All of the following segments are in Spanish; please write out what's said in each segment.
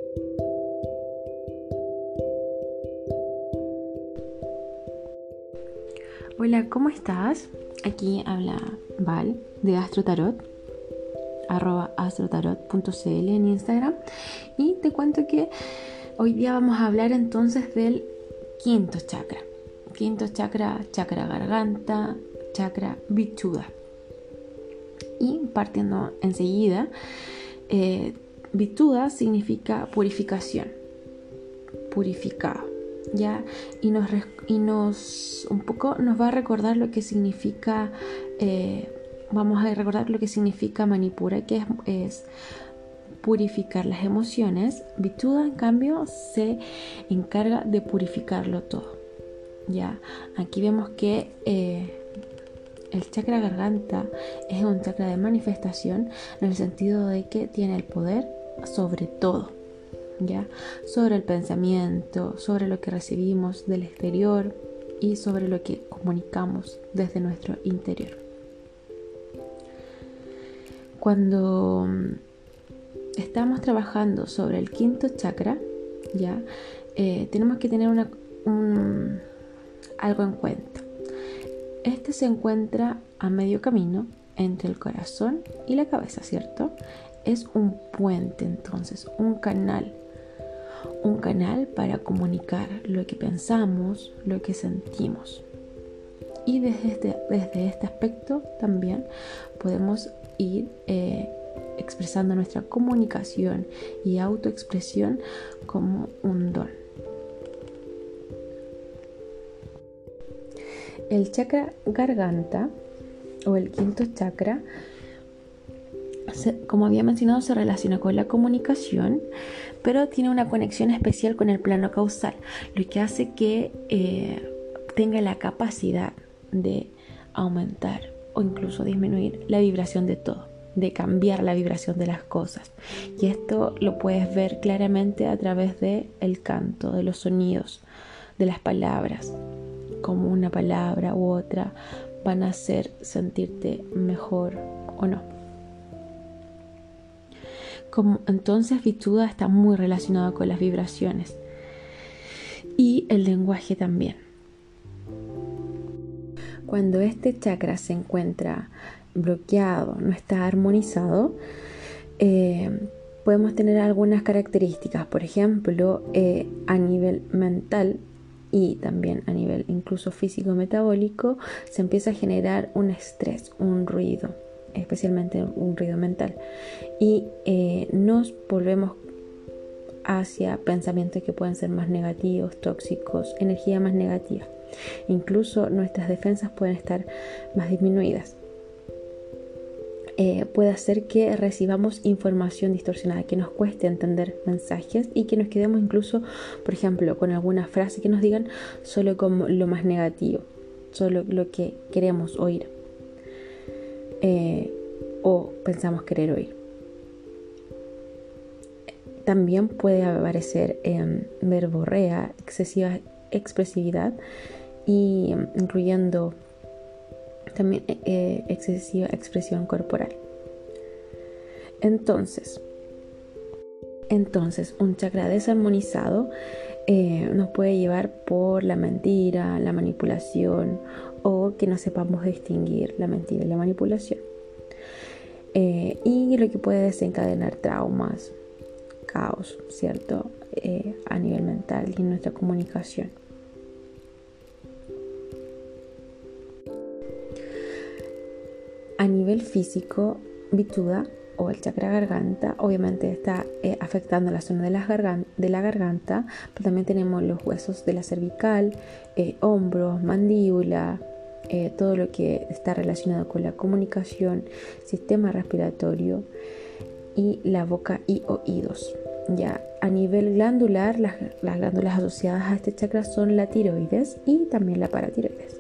Hola, ¿cómo estás? Aquí habla Val de AstroTarot, @astrotarot.cl en Instagram. Y te cuento que hoy día vamos a hablar entonces del quinto chakra. Quinto chakra, chakra garganta, chakra vichuda. Y partiendo enseguida, vichuda significa purificación, purificado, ¿ya? Y nos un poco nos va a recordar lo que significa, vamos a recordar lo que significa Manipura, que es purificar las emociones. Vichuda, en cambio, se encarga de purificarlo todo, ¿ya? Aquí vemos que el chakra garganta es un chakra de manifestación, en el sentido de que tiene el poder sobre todo, ¿ya? Sobre el pensamiento, sobre lo que recibimos del exterior y sobre lo que comunicamos desde nuestro interior. Cuando estamos trabajando sobre el quinto chakra, ¿ya? Tenemos que tener algo en cuenta. Este se encuentra a medio camino entre el corazón y la cabeza, ¿cierto? Es un puente, entonces, un canal para comunicar lo que pensamos, lo que sentimos. Y desde este aspecto también podemos ir expresando nuestra comunicación y autoexpresión como un don. El chakra garganta o el quinto chakra, como había mencionado, se relaciona con la comunicación, pero tiene una conexión especial con el plano causal, lo que hace que tenga la capacidad de aumentar o incluso disminuir la vibración de todo, de cambiar la vibración de las cosas. Y esto lo puedes ver claramente a través del canto, de los sonidos, de las palabras. Como una palabra u otra van a hacer sentirte mejor o no. Entonces Vichuda está muy relacionado con las vibraciones y el lenguaje también. Cuando este chakra se encuentra bloqueado, no está armonizado, podemos tener algunas características. Por ejemplo, a nivel mental y también a nivel incluso físico metabólico, se empieza a generar un estrés, un ruido, especialmente un ruido mental, y nos volvemos hacia pensamientos que pueden ser más negativos, tóxicos, energía más negativa. Incluso nuestras defensas pueden estar más disminuidas. Puede hacer que recibamos información distorsionada, que nos cueste entender mensajes y que nos quedemos incluso, por ejemplo, con alguna frase que nos digan solo como lo más negativo, solo lo que queremos oír o pensamos querer oír. También puede aparecer verborrea, excesiva expresividad y incluyendo también excesiva expresión corporal. Entonces un chakra desarmonizado nos puede llevar por la mentira, la manipulación, o que no sepamos distinguir la mentira y la manipulación, y lo que puede desencadenar traumas, caos, ¿cierto? A nivel mental y en nuestra comunicación. A nivel físico, Vichuda o el chakra garganta obviamente está afectando la zona de la garganta, pero también tenemos los huesos de la cervical, hombros, mandíbula, todo lo que está relacionado con la comunicación, sistema respiratorio y la boca y oídos. Ya a nivel glandular, las glándulas asociadas a este chakra son la tiroides y también la paratiroides.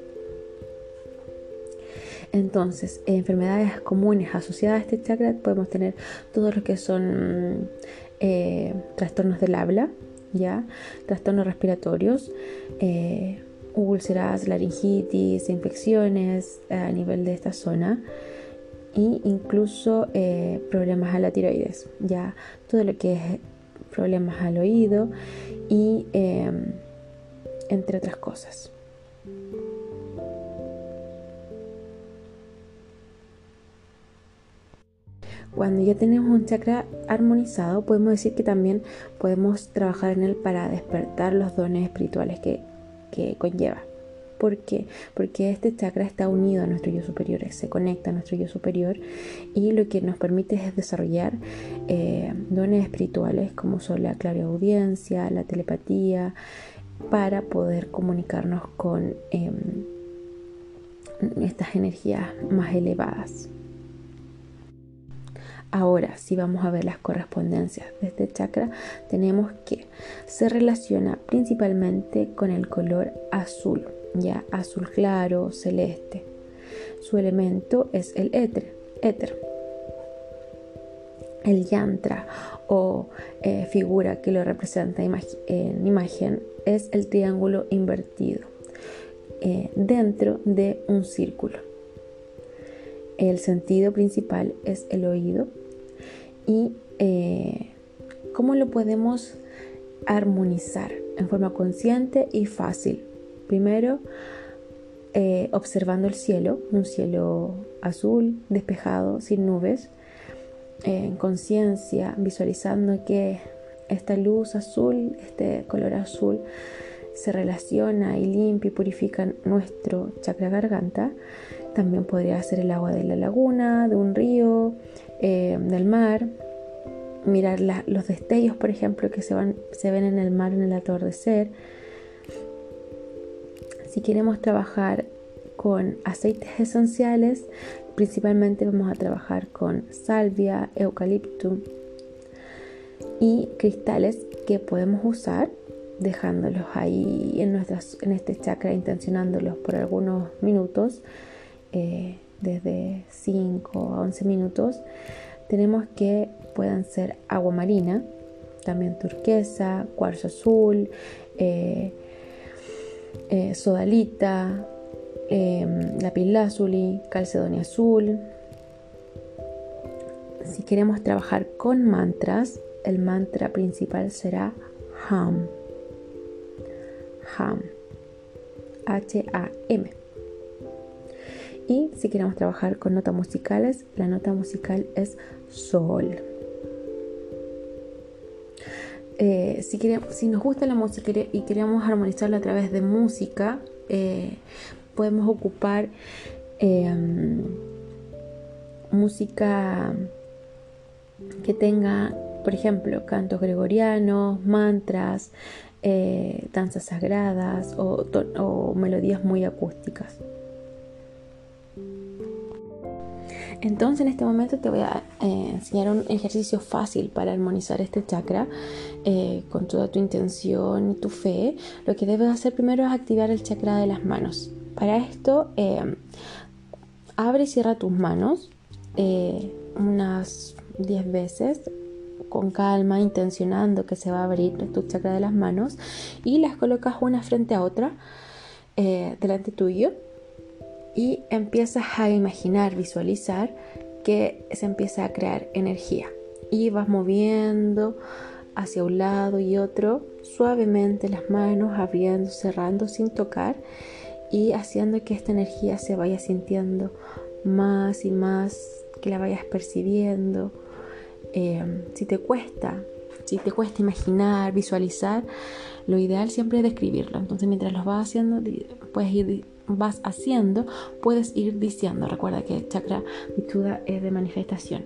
Entonces, enfermedades comunes asociadas a este chakra podemos tener todo lo que son trastornos del habla, ¿ya? Trastornos respiratorios, úlceras, laringitis, infecciones a nivel de esta zona, e incluso problemas a la tiroides, ya todo lo que es problemas al oído y entre otras cosas. Cuando ya tenemos un chakra armonizado, podemos decir que también podemos trabajar en él para despertar los dones espirituales que conlleva. ¿Por qué? Porque este chakra está unido a nuestro yo superior, se conecta a nuestro yo superior y lo que nos permite es desarrollar dones espirituales como son la clariaudiencia, la telepatía, para poder comunicarnos con estas energías más elevadas. Ahora, si vamos a ver las correspondencias de este chakra, tenemos que se relaciona principalmente con el color azul, ya azul claro, celeste. Su elemento es el éter. El yantra o figura que lo representa en imagen es el triángulo invertido dentro de un círculo. El sentido principal es el oído. Y ¿cómo lo podemos armonizar en forma consciente y fácil? Primero, observando el cielo, un cielo azul, despejado, sin nubes, en conciencia, visualizando que esta luz azul, este color azul, se relaciona y limpia y purifica nuestro chakra garganta. También podría ser el agua de la laguna, de un río, del mar. Mirar los destellos, por ejemplo, que se ven en el mar en el atardecer. Si queremos trabajar con aceites esenciales, principalmente vamos a trabajar con salvia, eucalipto y cristales que podemos usar dejándolos ahí en este chakra, intencionándolos por algunos minutos, desde 5 a 11 minutos. Tenemos que puedan ser agua marina, también turquesa, cuarzo azul, sodalita, lapislázuli, calcedonia azul. Si queremos trabajar con mantras, el mantra principal será Ham. H-A-M. Y si queremos trabajar con notas musicales, la nota musical es Sol. Si nos gusta la música y queremos armonizarla a través de música, podemos ocupar música que tenga, por ejemplo, cantos gregorianos, mantras, danzas sagradas o melodías muy acústicas. Entonces, en este momento te voy a enseñar un ejercicio fácil para armonizar este chakra con toda tu intención y tu fe. Lo que debes hacer primero es activar el chakra de las manos. Para esto, abre y cierra tus manos unas 10 veces con calma, intencionando que se va a abrir tu chakra de las manos, y las colocas una frente a otra delante tuyo. Y empiezas a imaginar, visualizar que se empieza a crear energía. Y vas moviendo hacia un lado y otro, suavemente las manos, abriendo, cerrando sin tocar, y haciendo que esta energía se vaya sintiendo más y más, que la vayas percibiendo. Si te cuesta imaginar, visualizar, lo ideal siempre es describirlo. Entonces, mientras lo vas haciendo, puedes ir diciendo. Recuerda que el chakra Vichuddha es de manifestación.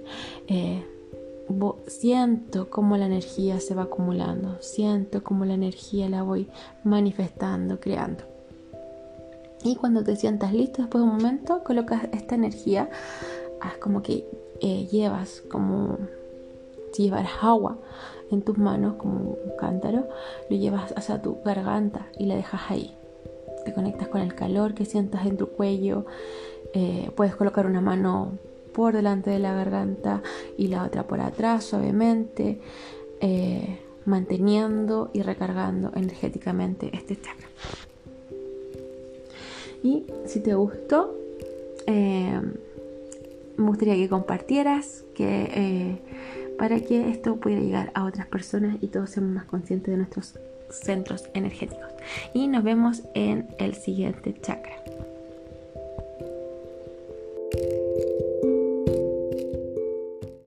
Siento cómo la energía se va acumulando, siento cómo la energía la voy manifestando, creando. Y cuando te sientas listo, después de un momento, colocas esta energía, como que llevas, como si llevaras agua en tus manos, como un cántaro, lo llevas hacia tu garganta y la dejas ahí. Te conectas con el calor que sientas en tu cuello. Puedes colocar una mano por delante de la garganta y la otra por atrás suavemente, manteniendo y recargando energéticamente este chakra. Y si te gustó, me gustaría que compartieras, que para que esto pueda llegar a otras personas y todos seamos más conscientes de nuestros centros energéticos. Y nos vemos en el siguiente chakra.